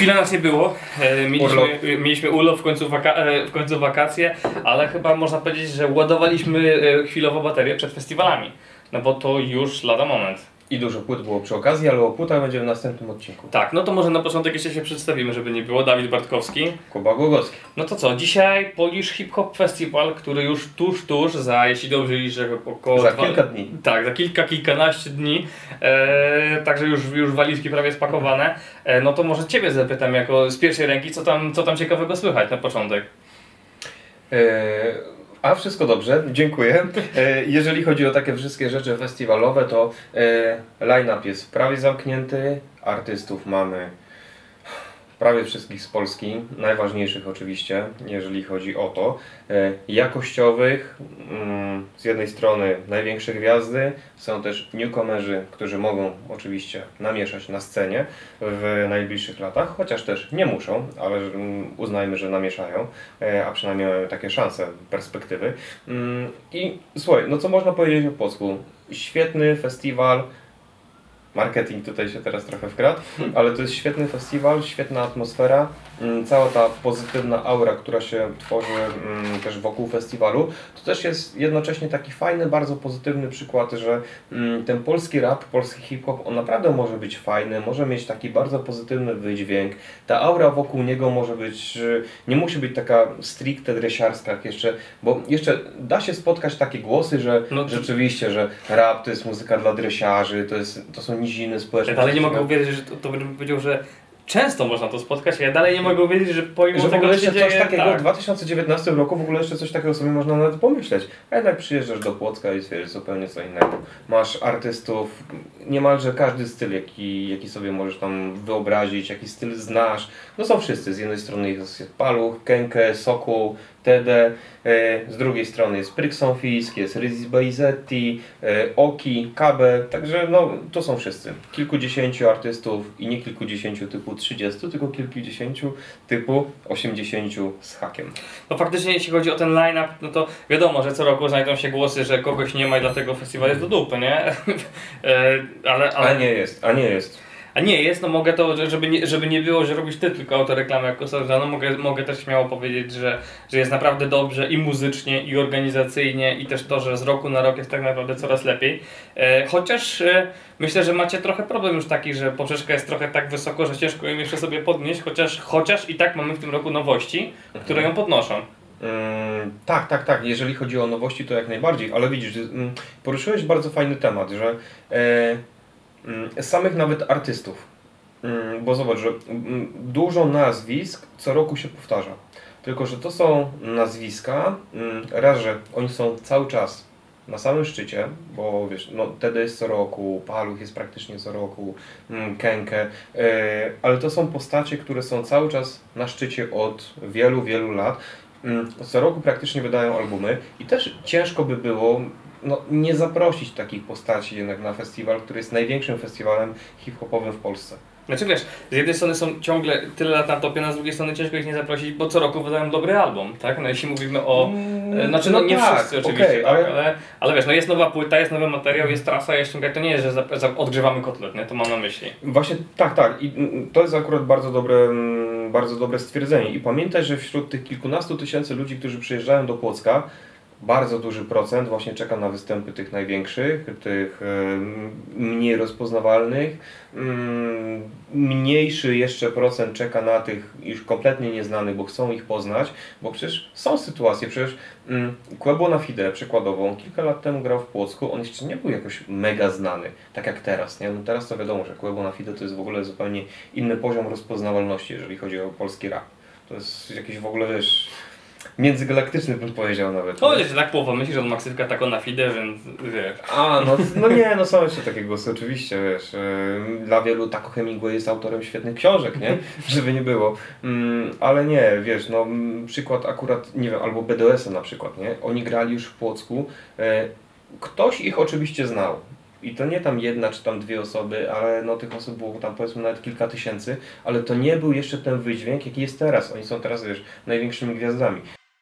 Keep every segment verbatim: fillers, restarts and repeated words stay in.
chwilę nas nie było, mieliśmy, mieliśmy urlop, w końcu, waka w końcu wakacje, ale chyba można powiedzieć, że ładowaliśmy chwilowo baterię przed festiwalami, no bo to już lada moment. I dużo płyt było przy okazji, ale o płytach będzie w następnym odcinku. Tak, no to może na początek jeszcze się przedstawimy, żeby nie było. Dawid Bartkowski. Kuba Głogowski. No to co, dzisiaj Polish Hip Hop Festival, który już tuż, tuż, za, jeśli dobrze liczę, około... Za kilka dni. Tak, za kilka, kilkanaście dni. E, także już, już walizki prawie spakowane. E, no to może Ciebie zapytam jako z pierwszej ręki, co tam, co tam ciekawego słychać na początek? E A wszystko dobrze, dziękuję. Jeżeli chodzi o takie wszystkie rzeczy festiwalowe, to line-up jest prawie zamknięty, artystów mamy prawie wszystkich z Polski, najważniejszych oczywiście, jeżeli chodzi o to. Jakościowych, z jednej strony największe gwiazdy, są też newcomerzy, którzy mogą oczywiście namieszać na scenie w najbliższych latach, chociaż też nie muszą, ale uznajmy, że namieszają, a przynajmniej mają takie szanse, perspektywy. I słuchaj, no co można powiedzieć o Płocku? Świetny festiwal. Marketing tutaj się teraz trochę wkradł, ale to jest świetny festiwal, świetna atmosfera, cała ta pozytywna aura, która się tworzy też wokół festiwalu. To też jest jednocześnie taki fajny, bardzo pozytywny przykład, że ten polski rap, polski hip-hop, on naprawdę może być fajny, może mieć taki bardzo pozytywny wydźwięk. Ta aura wokół niego może być, nie musi być taka stricte dresiarska jak jeszcze, bo jeszcze da się spotkać takie głosy, że no to... rzeczywiście, że rap to jest muzyka dla dresiarzy, to, jest, to są niziny społeczne. Ja dalej nie mogę uwierzyć, że to, to bym powiedział, że często można to spotkać, a ja dalej nie mogę uwierzyć, że pomimo że w tego, ogóle jeszcze dzieje, coś takiego tak. w dwa tysiące dziewiętnastym roku w ogóle jeszcze coś takiego sobie można nawet pomyśleć. A jednak przyjeżdżasz do Płocka i stwierdzisz zupełnie co innego. Masz artystów, niemalże każdy styl, jaki, jaki sobie możesz tam wyobrazić, jaki styl znasz. No są wszyscy. Z jednej strony jest Paluch, Kenke, Sokół, Tede, z drugiej strony jest Prykson Fisk, jest Rizzi Baizetti, Oki, Kabe, także no to są wszyscy. Kilkudziesięciu artystów i nie kilkudziesięciu typu trzydziestu, tylko kilkudziesięciu typu osiemdziesięciu z hakiem. No faktycznie jeśli chodzi o ten line-up, no to wiadomo, że co roku znajdą się głosy, że kogoś nie ma i dlatego festiwal jest do dupy, nie? ale, ale... A nie jest, a nie jest. A nie jest, no mogę to, żeby nie, żeby nie było, że robisz ty tylko autoreklamę jako Sorza, no mogę, mogę też śmiało powiedzieć, że, że jest naprawdę dobrze i muzycznie, i organizacyjnie, i też to, że z roku na rok jest tak naprawdę coraz lepiej. E, chociaż e, myślę, że macie trochę problem już taki, że poprzeczka jest trochę tak wysoko, że ciężko ją jeszcze sobie podnieść, chociaż, chociaż i tak mamy w tym roku nowości, mhm. które ją podnoszą. Mm, tak, tak, tak. Jeżeli chodzi o nowości, to jak najbardziej, ale widzisz, mm, poruszyłeś bardzo fajny temat, że e, z samych nawet artystów, bo zobacz, że dużo nazwisk co roku się powtarza, tylko że to są nazwiska, raz, że oni są cały czas na samym szczycie, bo wiesz, no Tede jest co roku, Paluch jest praktycznie co roku, Kenke, ale to są postacie, które są cały czas na szczycie od wielu, wielu lat. Co roku praktycznie wydają albumy i też ciężko by było no, nie zaprosić takich postaci jednak na festiwal, który jest największym festiwalem hip-hopowym w Polsce. Znaczy wiesz, z jednej strony są ciągle tyle lat na topie, a z drugiej strony ciężko ich nie zaprosić, bo co roku wydają dobry album, tak? No jeśli mówimy o... Mm, znaczy no, no nie tak, wszyscy oczywiście, okay, tak? ale... Ale, ale wiesz, no jest nowa płyta, jest nowy materiał, jest trasa, jest ściągać, to nie jest, że za, za, odgrzewamy kotlet, nie? To mam na myśli. Właśnie tak, tak i to jest akurat bardzo dobre, bardzo dobre stwierdzenie i pamiętaj, że wśród tych kilkunastu tysięcy ludzi, którzy przyjeżdżają do Płocka, bardzo duży procent właśnie czeka na występy tych największych, tych mniej rozpoznawalnych. Mniejszy jeszcze procent czeka na tych już kompletnie nieznanych, bo chcą ich poznać, bo przecież są sytuacje, przecież Quebo na Fide przykładowo, kilka lat temu grał w Płocku, on jeszcze nie był jakoś mega znany, tak jak teraz, nie? No teraz to wiadomo, że Quebo na Fide to jest w ogóle zupełnie inny poziom rozpoznawalności, jeżeli chodzi o polski rap. To jest jakiś w ogóle, wiesz, międzygalaktyczny bym powiedział nawet. No wiesz, tak połowa myśli, że on maksywka taką na fide, więc wiesz. A, no, no nie, no są jeszcze takie głosy, oczywiście, wiesz. Dla wielu Taco Hemingway jest autorem świetnych książek, nie? Żeby nie było. Mm, ale nie, wiesz, no przykład akurat, nie wiem, albo B D S na przykład, nie? Oni grali już w Płocku. Ktoś ich oczywiście znał. I to nie tam jedna czy tam dwie osoby, ale no tych osób było tam powiedzmy nawet kilka tysięcy, ale to nie był jeszcze ten wydźwięk, jaki jest teraz. Oni są teraz, wiesz, największymi gwiazdami.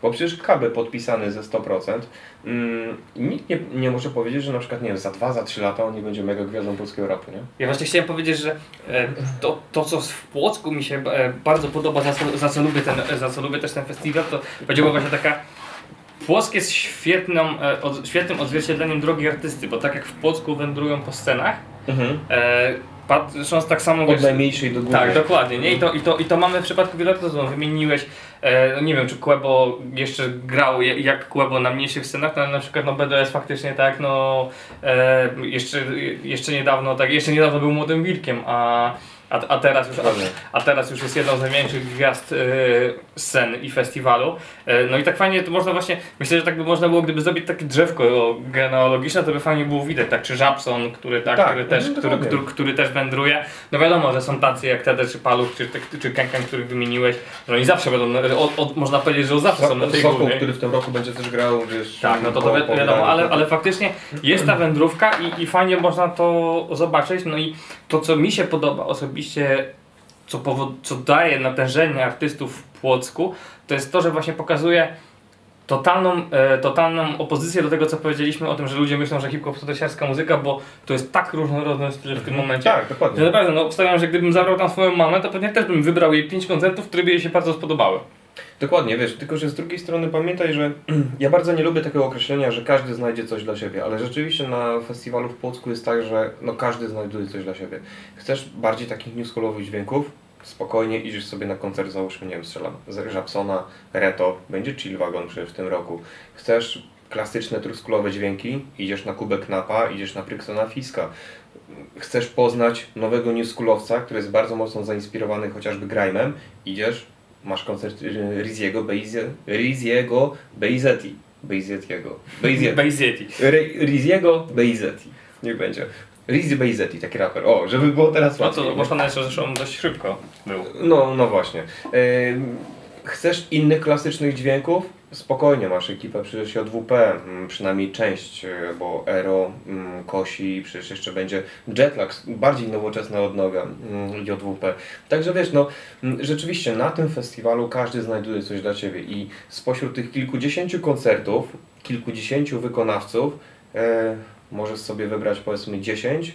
Bo przecież K B podpisany ze sto procent, mm, nikt nie, nie może powiedzieć, że na przykład nie wiem, za dwa, za trzy lata on nie będzie mega gwiazdą polskiego rapu, nie? Ja właśnie chciałem powiedzieć, że e, to, to co w Płocku mi się e, bardzo podoba, za co, za, co lubię ten, za co lubię też ten festiwal, to powiedziała właśnie taka Płock jest świetną, e, od, świetnym odzwierciedleniem drogi artysty, bo tak jak w Płocku wędrują po scenach, Mhm. e, patrząc tak samo... Od wiesz, najmniejszej do góry. tak, dokładnie, nie? I to, i to, i to mamy w przypadku wielu artystów. Wymieniłeś, e, no nie wiem, czy Quebo jeszcze grał je- jak Quebo na mniejszych scenach, no, ale na przykład no B D S faktycznie tak, no e, jeszcze, jeszcze niedawno, tak, jeszcze niedawno był Młodym Wilkiem, a, a, a, teraz już, a, a teraz już jest jedną z największych gwiazd e, scen i festiwalu. E, no i tak fajnie to można właśnie, myślę, że tak by można było, gdyby zrobić takie drzewko genealogiczne, to by fajnie było widać, tak, czy Żabson, który, tak, Tak, który, też, no, który, dokładnie. który, który też wędruje. No wiadomo, że są tacy jak Tede, czy Paluch, czy, czy Kenken, których wymieniłeś, że oni zawsze będą, od, od, można powiedzieć, że zawsze są na tej Sokół, głównej. który w tym roku będzie też grał, wiesz... Tak, no to, to po- wi- po wiadomo, wydaniu. ale, ale faktycznie jest ta wędrówka i, i fajnie można to zobaczyć. No i to, co mi się podoba osobiście, co, powod, co daje natężenie artystów w Płocku, to jest to, że właśnie pokazuje totalną, e, totalną opozycję do tego, co powiedzieliśmy o tym, że ludzie myślą, że hip-hop to dresiarska muzyka, bo to jest tak różnorodny styl w tym momencie. Tak, Że dokładnie. naprawdę, no obstawiam, że gdybym zabrał tam swoją mamę, to pewnie też bym wybrał jej pięć koncertów, które by jej się bardzo spodobały. Dokładnie, wiesz, tylko że z drugiej strony pamiętaj, że ja bardzo nie lubię takiego określenia, że każdy znajdzie coś dla siebie, ale rzeczywiście na festiwalu w Płocku jest tak, że no każdy znajduje coś dla siebie. Chcesz bardziej takich newschoolowych dźwięków? Spokojnie idziesz sobie na koncert, załóżmy, nie wiem, strzelam, z Żabsona, Reto, będzie Chill Wagon przecież w tym roku. Chcesz klasyczne truskolowe dźwięki? Idziesz na Kubek Napa, idziesz na Pryksona Fiska. Chcesz poznać nowego newschoolowca, który jest bardzo mocno zainspirowany chociażby grime'em? Idziesz, masz koncert y, Riziego, Beize, Riziego, Beizeti. Beizetiego. Beiziego. Bejzieti. Riziego, Beizeti. Niech będzie. Rizzy Beizeti, taki raper. O, żeby było teraz No łatwiej. to można jeszcze zresztą dość szybko był. No, no właśnie. Ym, chcesz innych klasycznych dźwięków? Spokojnie, masz ekipę przecież J W P, mm, przynajmniej część, y, bo Ero, mm, Kosi, przecież jeszcze będzie Jetlag, bardziej nowoczesna odnoga mm, J W P. Także wiesz, no mm, rzeczywiście na tym festiwalu każdy znajduje coś dla Ciebie i spośród tych kilkudziesięciu koncertów, kilkudziesięciu wykonawców e, możesz sobie wybrać powiedzmy dziesięć,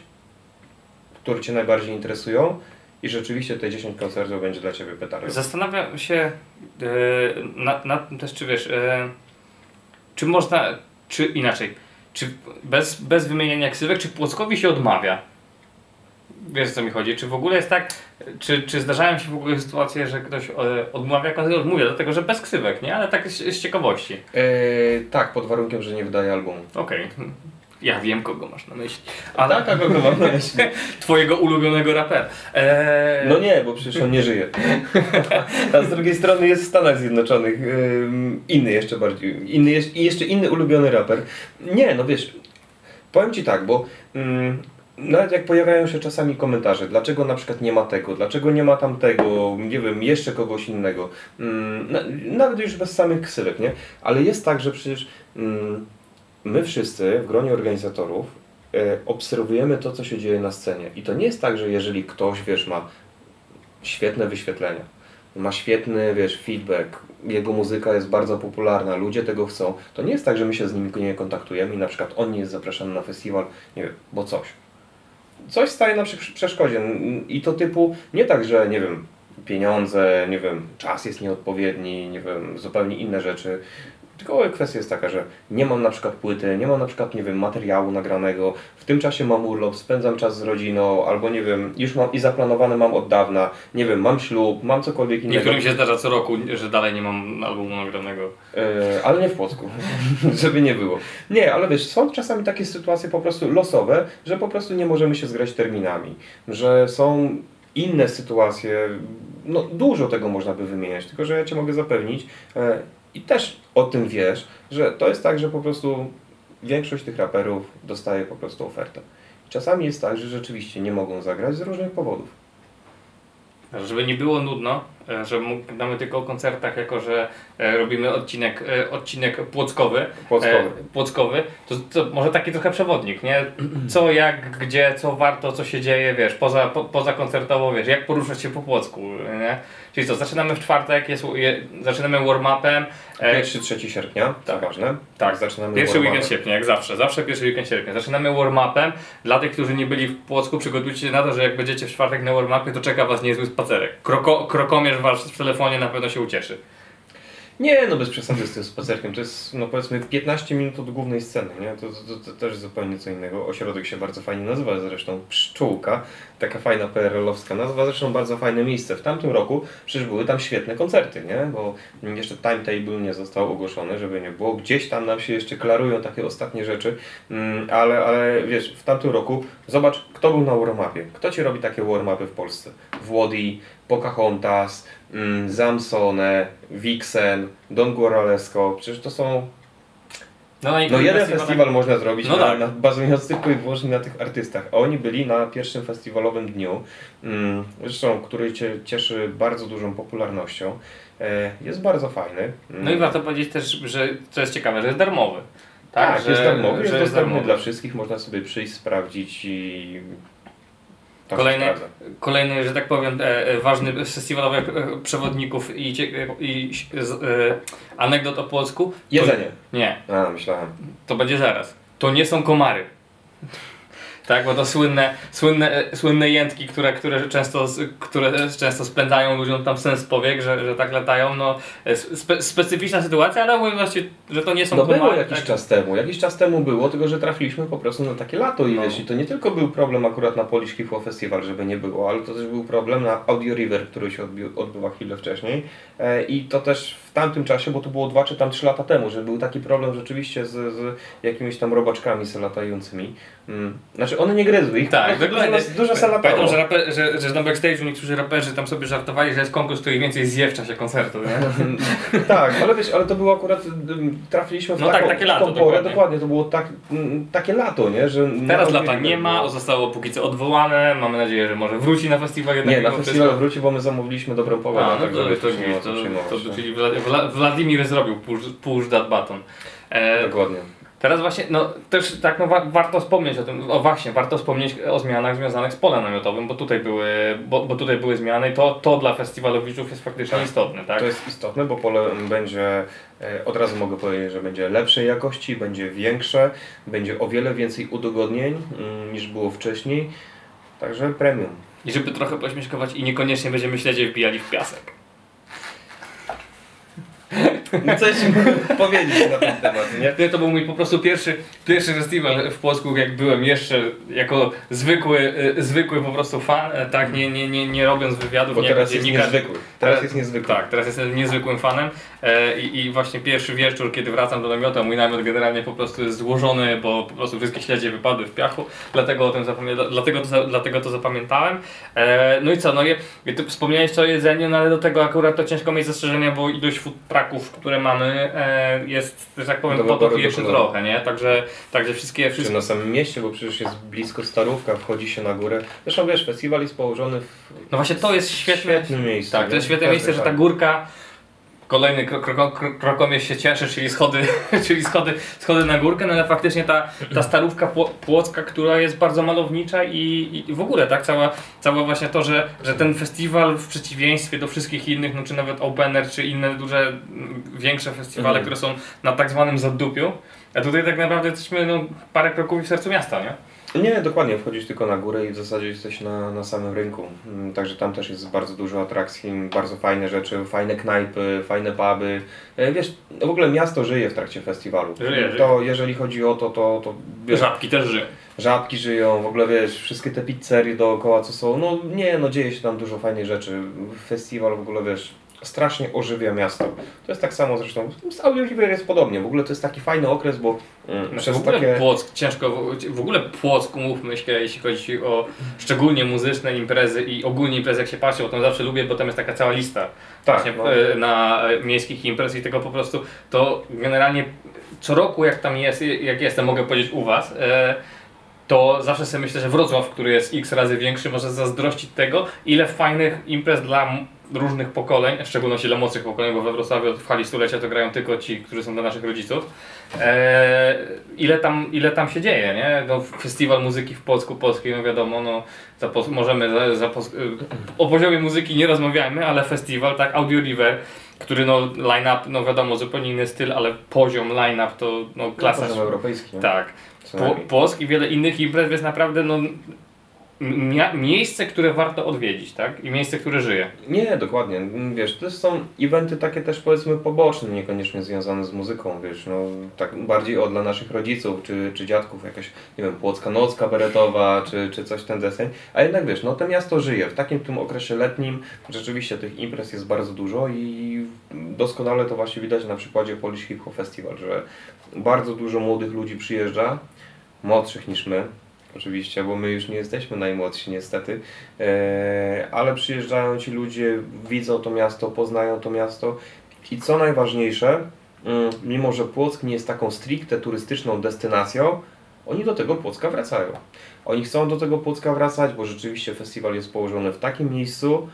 które Cię najbardziej interesują. I rzeczywiście te dziesięć koncertów będzie dla Ciebie petardą. Zastanawiam się yy, nad, nad tym też, czy wiesz, yy, czy można, czy inaczej, czy bez, bez wymieniania ksywek, czy Płockowi się odmawia? Wiesz, o co mi chodzi? Czy w ogóle jest tak, czy, czy zdarzają się w ogóle sytuacje, że ktoś e, odmawia, koncert odmawia, dlatego że bez ksywek, nie? Ale tak z, z ciekawości. E, tak, pod warunkiem, że nie wydaje albumu. Okej. Ja wiem, kogo masz na myśli. Ale Tak, tak, kogo mam na myśli. twojego ulubionego rapera. Eee, No nie, bo przecież on nie żyje. A z drugiej strony jest w Stanach Zjednoczonych ym, inny jeszcze bardziej, inny jest, i jeszcze inny ulubiony raper. Nie, no wiesz, powiem Ci tak, bo ym, nawet jak pojawiają się czasami komentarze, dlaczego na przykład nie ma tego, dlaczego nie ma tamtego, nie wiem, jeszcze kogoś innego, ym, na, nawet już bez samych ksywek, nie? Ale jest tak, że przecież ym, my wszyscy w gronie organizatorów e, obserwujemy to, co się dzieje na scenie. I to nie jest tak, że jeżeli ktoś, wiesz, ma świetne wyświetlenia, ma świetny, wiesz, feedback, jego muzyka jest bardzo popularna, ludzie tego chcą, to nie jest tak, że my się z nim nie kontaktujemy i na przykład on nie jest zapraszany na festiwal, nie wiem, bo coś. Coś staje na przy- przeszkodzie i to typu, nie tak, że, nie wiem, pieniądze, nie wiem, czas jest nieodpowiedni, nie wiem, zupełnie inne rzeczy. Tylko kwestia jest taka, że nie mam na przykład płyty, nie mam na przykład, nie wiem, materiału nagranego, w tym czasie mam urlop, spędzam czas z rodziną, albo nie wiem, już mam i zaplanowane mam od dawna, nie wiem, mam ślub, mam cokolwiek innego. Niektórym się zdarza co roku, że dalej nie mam albumu nagranego. E, ale nie w Płocku, żeby nie było. Nie, ale wiesz, są czasami takie sytuacje po prostu losowe, że po prostu nie możemy się zgrać terminami, że są inne sytuacje, no dużo tego można by wymieniać, tylko że ja Cię mogę zapewnić, e, i też o tym wiesz, że to jest tak, że po prostu większość tych raperów dostaje po prostu ofertę. Czasami jest tak, że rzeczywiście nie mogą zagrać z różnych powodów. Żeby nie było nudno, e, że mógł- gadamy tylko o koncertach, jako że e, robimy odcinek, e, odcinek płockowy, Płockowy. E, płockowy to, to może taki trochę przewodnik, nie? Co, jak, gdzie, co warto, co się dzieje, wiesz, poza, po, poza koncertowo, wiesz, jak poruszać się po Płocku, nie? Czyli co, zaczynamy w czwartek, jest, je, zaczynamy warm-upem. e, pierwszy trzeci sierpnia, co tak. ważne. Tak, zaczynamy Pierwszy warm-upem. weekend sierpnia, jak zawsze. Zawsze pierwszy weekend sierpnia. Zaczynamy warm-upem. Dla tych, którzy nie byli w Płocku, przygotujcie się na to, że jak będziecie w czwartek na warm-upie, to czeka was niezły spacerek. Kroko, krokomierz wasz w telefonie na pewno się ucieszy. Nie, no bez przesady z tym spacerkiem. To jest, no powiedzmy, piętnaście minut od głównej sceny, nie? To, to, to, to też zupełnie co innego. Ośrodek się bardzo fajnie nazywa, zresztą Pszczółka. Taka fajna P R L-owska nazwa, zresztą bardzo fajne miejsce. W tamtym roku przecież były tam świetne koncerty, nie? Bo jeszcze timetable nie został ogłoszony, żeby nie było. Gdzieś tam nam się jeszcze klarują takie ostatnie rzeczy, mm, ale, ale wiesz, w tamtym roku zobacz, kto był na warm-upie. Kto ci robi takie warm-upy w Polsce? Włodi, Pocahontas, mm, Zamsone, Vixen, Don Guaralesco. Przecież to są... No, No jeden festiwal można zrobić No na, tak. na, bazując tylko i wyłącznie na tych artystach. A oni byli na pierwszym festiwalowym dniu, mm, zresztą który cie, cieszy bardzo dużą popularnością. E, jest bardzo fajny. Mm. No i warto powiedzieć też, że co jest ciekawe, że jest darmowy. Tak, Tak, że, jest darmowy, że jest jest dostępny darmowy. dla wszystkich, można sobie przyjść, sprawdzić i... to się Kolejny, sprawdza. kolejny, że tak powiem, e, e, ważny festiwalowych e, przewodników i, cie- e, i z, e, anegdot o Płocku. To, Jedzenie. nie, A, myślałem. to będzie zaraz. To nie są komary. Tak, bo to słynne, słynne, e, słynne jętki, które, które, często, które często spędzają ludziom tam sens powiek, że, że tak latają. No, e, spe, specyficzna sytuacja, ale mówię właściwie, że to nie są No komary. było jakiś tak. czas temu, jakiś czas temu było, tylko że trafiliśmy po prostu na takie lato i No. wiesz, i to nie tylko był problem akurat na Polish Hip Hop Festival, żeby nie było, ale to też był problem na Audio River, który się odbi- odbywa chwilę wcześniej e, i to też w tamtym czasie, bo to było dwa czy tam trzy lata temu, że był taki problem rzeczywiście z, z jakimiś tam robaczkami latającymi. Mm. Znaczy one nie gryzły ich, Tak, po prostu dokładnie. dużo, dużo se latało. Pamiętam, że, raper, że, że na backstage'u niektórzy raperzy tam sobie żartowali, że jest konkurs, który więcej zje w czasie koncertu, nie? Tak, ale wiesz, ale to było akurat, ym, trafiliśmy w No taką, tak, takie lato, tą porę, dokładnie. dokładnie, to było tak, mm, takie lato, nie, że... Teraz na lata nie ma, zostało póki co odwołane, mamy nadzieję, że może wróci na festiwal jednak. Nie, na mimo festiwal wszystko. wróci, bo my zamówiliśmy dobrą pogodę. A, no także to, wiesz, to, nie ma to, co to, przejmować to, się. czyli Wla, Wla, Wladimir zrobił push, push that button. E, Dokładnie. Teraz właśnie, no też tak no, wa warto wspomnieć o tym, o właśnie, warto wspomnieć o zmianach związanych z polem namiotowym, bo tutaj były, bo, bo tutaj były zmiany i to, to dla festiwalowiczów jest faktycznie Tak. istotne, tak? To jest istotne, bo pole będzie, e, od razu mogę powiedzieć, że będzie lepszej jakości, będzie większe, będzie o wiele więcej udogodnień mm, niż było wcześniej, także premium. I żeby trochę pośmieszkować i niekoniecznie będziemy śledzie wbijali w piasek. No coś powiedzieć na ten temat, nie? Nie, to był mój po prostu pierwszy, pierwszy festiwal w Płocku, jak byłem jeszcze jako zwykły, y, zwykły po prostu fan, e, tak, nie, nie, nie, nie robiąc wywiadów, Bo nie teraz jako jest dziennikarz. niezwykły. Teraz jest niezwykły. Tak, teraz jestem niezwykłym fanem e, i, i właśnie pierwszy wieczór, kiedy wracam do namiotu, mój namiot generalnie po prostu jest złożony, bo po prostu wszystkie śledzie wypadły w piachu, dlatego o tym zapamię- dlatego, to, dlatego to zapamiętałem. E, no i co, no i, i ty wspomniałeś o jedzeniu, no ale do tego akurat to ciężko mieć zastrzeżenia, bo ilość food trucków, które mamy e, jest, że tak powiem, Do wyboru potok i jeszcze dokonany. trochę, nie? Także, także wszystkie, Czy wszystkie na samym mieście, bo przecież jest blisko Starówka, wchodzi się na górę. Zresztą wiesz, festiwal jest położony w no właśnie to jest świetne, świetnym miejscu. tak, to nie? jest świetne Każdy miejsce, że ta fajny. górka, kolejny kro, kro, kro, krokomierz się cieszy, czyli schody, czyli schody, schody na górkę, no ale faktycznie ta, ta starówka pło, płocka, która jest bardzo malownicza i, i w ogóle tak, cała, cała właśnie to, że, że ten festiwal w przeciwieństwie do wszystkich innych, no czy nawet Opener, czy inne duże, m, większe festiwale, Mhm. które są na tak zwanym zadupiu, a tutaj tak naprawdę jesteśmy no, parę kroków w sercu miasta, nie? Nie, dokładnie, wchodzisz tylko na górę i w zasadzie jesteś na, na samym rynku. Mm, Także tam też jest bardzo dużo atrakcji, bardzo fajne rzeczy, fajne knajpy, fajne puby. E, Wiesz, no w ogóle miasto żyje w trakcie festiwalu. Żyje, To jeżeli chodzi o to, to, to wiesz, Żabki też żyją. żabki żyją, w ogóle wiesz, wszystkie te pizzerie dookoła co są, no nie, no dzieje się tam dużo fajnych rzeczy. Festiwal w ogóle, wiesz, strasznie ożywia miasto. To jest tak samo zresztą, z Audio River jest podobnie, w ogóle to jest taki fajny okres, bo mm, Znaczy, przez w ogóle takie... Płock, ciężko, w- w ogóle Płock, umówmy się, jeśli chodzi o szczególnie muzyczne imprezy i ogólnie imprezy, jak się patrzy, bo tam zawsze lubię, bo tam jest taka cała lista Tak, właśnie, no. e, na e, miejskich imprez i tego po prostu, to generalnie co roku jak tam jest, jak jestem, mogę powiedzieć u Was, e, to zawsze sobie myślę, że Wrocław, który jest x razy większy, może zazdrościć tego, ile fajnych imprez dla m- różnych pokoleń, w szczególności dla młodszych pokoleń, bo we Wrocławiu w hali stulecia to grają tylko ci, którzy są dla naszych rodziców. E, ile, tam, ile tam się dzieje, nie? No, festiwal muzyki w Płocku Polskiej, no wiadomo, no, za, możemy za, za, o poziomie muzyki nie rozmawiajmy, ale festiwal, tak, Audio River, który no line-up, no wiadomo, zupełnie inny styl, ale poziom line-up to no klasa. Poziom europejski. Nie? Tak. Po, Płock i wiele innych imprez jest naprawdę no, mia miejsce, które warto odwiedzić, tak? I miejsce, które żyje. Nie, dokładnie. Wiesz, to są eventy takie też powiedzmy poboczne, niekoniecznie związane z muzyką, wiesz, no tak bardziej o dla naszych rodziców czy, czy dziadków, jakaś, nie wiem, Płocka Noc kabaretowa, czy, czy coś ten deseń. A jednak wiesz, no to miasto żyje. W takim tym okresie letnim rzeczywiście tych imprez jest bardzo dużo i doskonale to właśnie widać na przykładzie Polish Hip Hop Festival, że bardzo dużo młodych ludzi przyjeżdża, młodszych niż my. Oczywiście, bo my już nie jesteśmy najmłodsi niestety, eee, ale przyjeżdżają ci ludzie, widzą to miasto, poznają to miasto i co najważniejsze, mm, mimo że Płock nie jest taką stricte turystyczną destynacją, oni do tego Płocka wracają. Oni chcą do tego Płocka wracać, bo rzeczywiście festiwal jest położony w takim miejscu,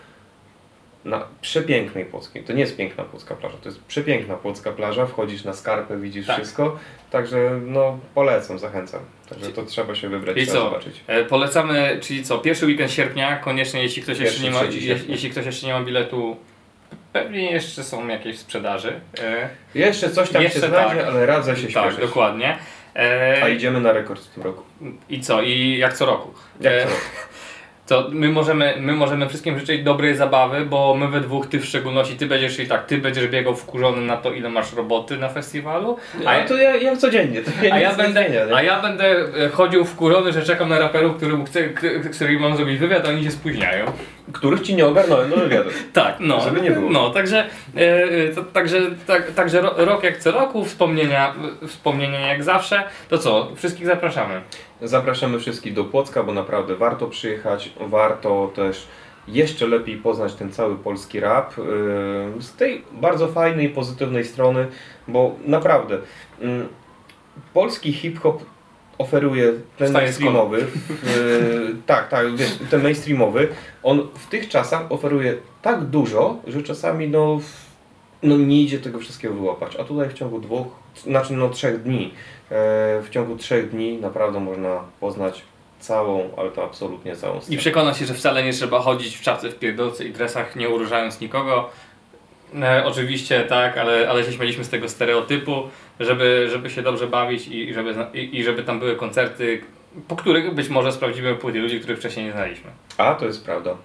na przepięknej Płockiej. To nie jest piękna Płocka plaża, to jest przepiękna Płocka plaża, wchodzisz na skarpę, widzisz tak. wszystko, także no polecam, zachęcam. Także to trzeba się wybrać i zobaczyć. E, polecamy, czyli co, pierwszy weekend sierpnia, koniecznie jeśli ktoś, jeszcze nie, ma, je, jeśli ktoś jeszcze nie ma biletu, pewnie jeszcze są jakieś w sprzedaży. E, jeszcze coś tam jeszcze się znajdzie, tak, ale radzę się śpieszyć. Tak, dokładnie. E, A idziemy na rekord w tym roku. I co? I jak co roku. Jak e, co roku. To my możemy, my możemy wszystkim życzyć dobrej zabawy, bo my we dwóch, ty w szczególności, ty będziesz i tak, ty będziesz biegał wkurzony na to, ile masz roboty na festiwalu. A ja, to ja, ja codziennie. To ja a, ja będę, zmienia, a ja będę chodził wkurzony, że czekam na raperów, którym chcę, z którymi mam zrobić wywiad, a oni się spóźniają. Których ci nie ogarnąłem do wywiadu. Tak, no. Żeby nie było. No, także, e, to, także, tak, także rok jak co roku, wspomnienia, wspomnienia jak zawsze. To co, wszystkich zapraszamy. Zapraszamy wszystkich do Płocka, bo naprawdę warto przyjechać, warto też jeszcze lepiej poznać ten cały polski rap yy, z tej bardzo fajnej, pozytywnej strony, bo naprawdę yy, polski hip-hop oferuje ten mainstreamowy, yy, tak, tak, wiesz, ten mainstreamowy, on w tych czasach oferuje tak dużo, że czasami no, no nie idzie tego wszystkiego wyłapać, a tutaj w ciągu dwóch, znaczy no trzech dni, w ciągu trzech dni naprawdę można poznać całą, ale to absolutnie całą scenę. I przekona się, że wcale nie trzeba chodzić w czapce, w pierdolce i dresach, nie uróżając nikogo. E, oczywiście tak, ale, ale się śmialiśmy z tego stereotypu, żeby, żeby się dobrze bawić i żeby, i, i żeby tam były koncerty, po których być może sprawdzimy płyty ludzi, których wcześniej nie znaliśmy. A, to jest prawda.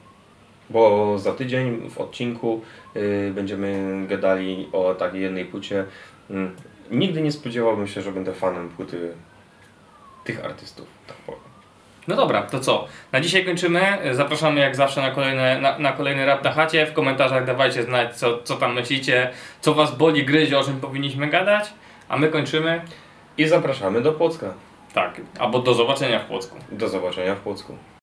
Bo za tydzień w odcinku yy, będziemy gadali o takiej jednej płycie. Yy. Nigdy nie spodziewałbym się, że będę fanem płyty tych artystów, tak powiem. No dobra, to co? Na dzisiaj kończymy. Zapraszamy jak zawsze na, kolejne, na, na kolejny rap na chacie. W komentarzach dawajcie znać, co, co tam myślicie, co was boli, gryzie, o czym powinniśmy gadać. A my kończymy. I zapraszamy do Płocka. Tak, albo do zobaczenia w Płocku. Do zobaczenia w Płocku.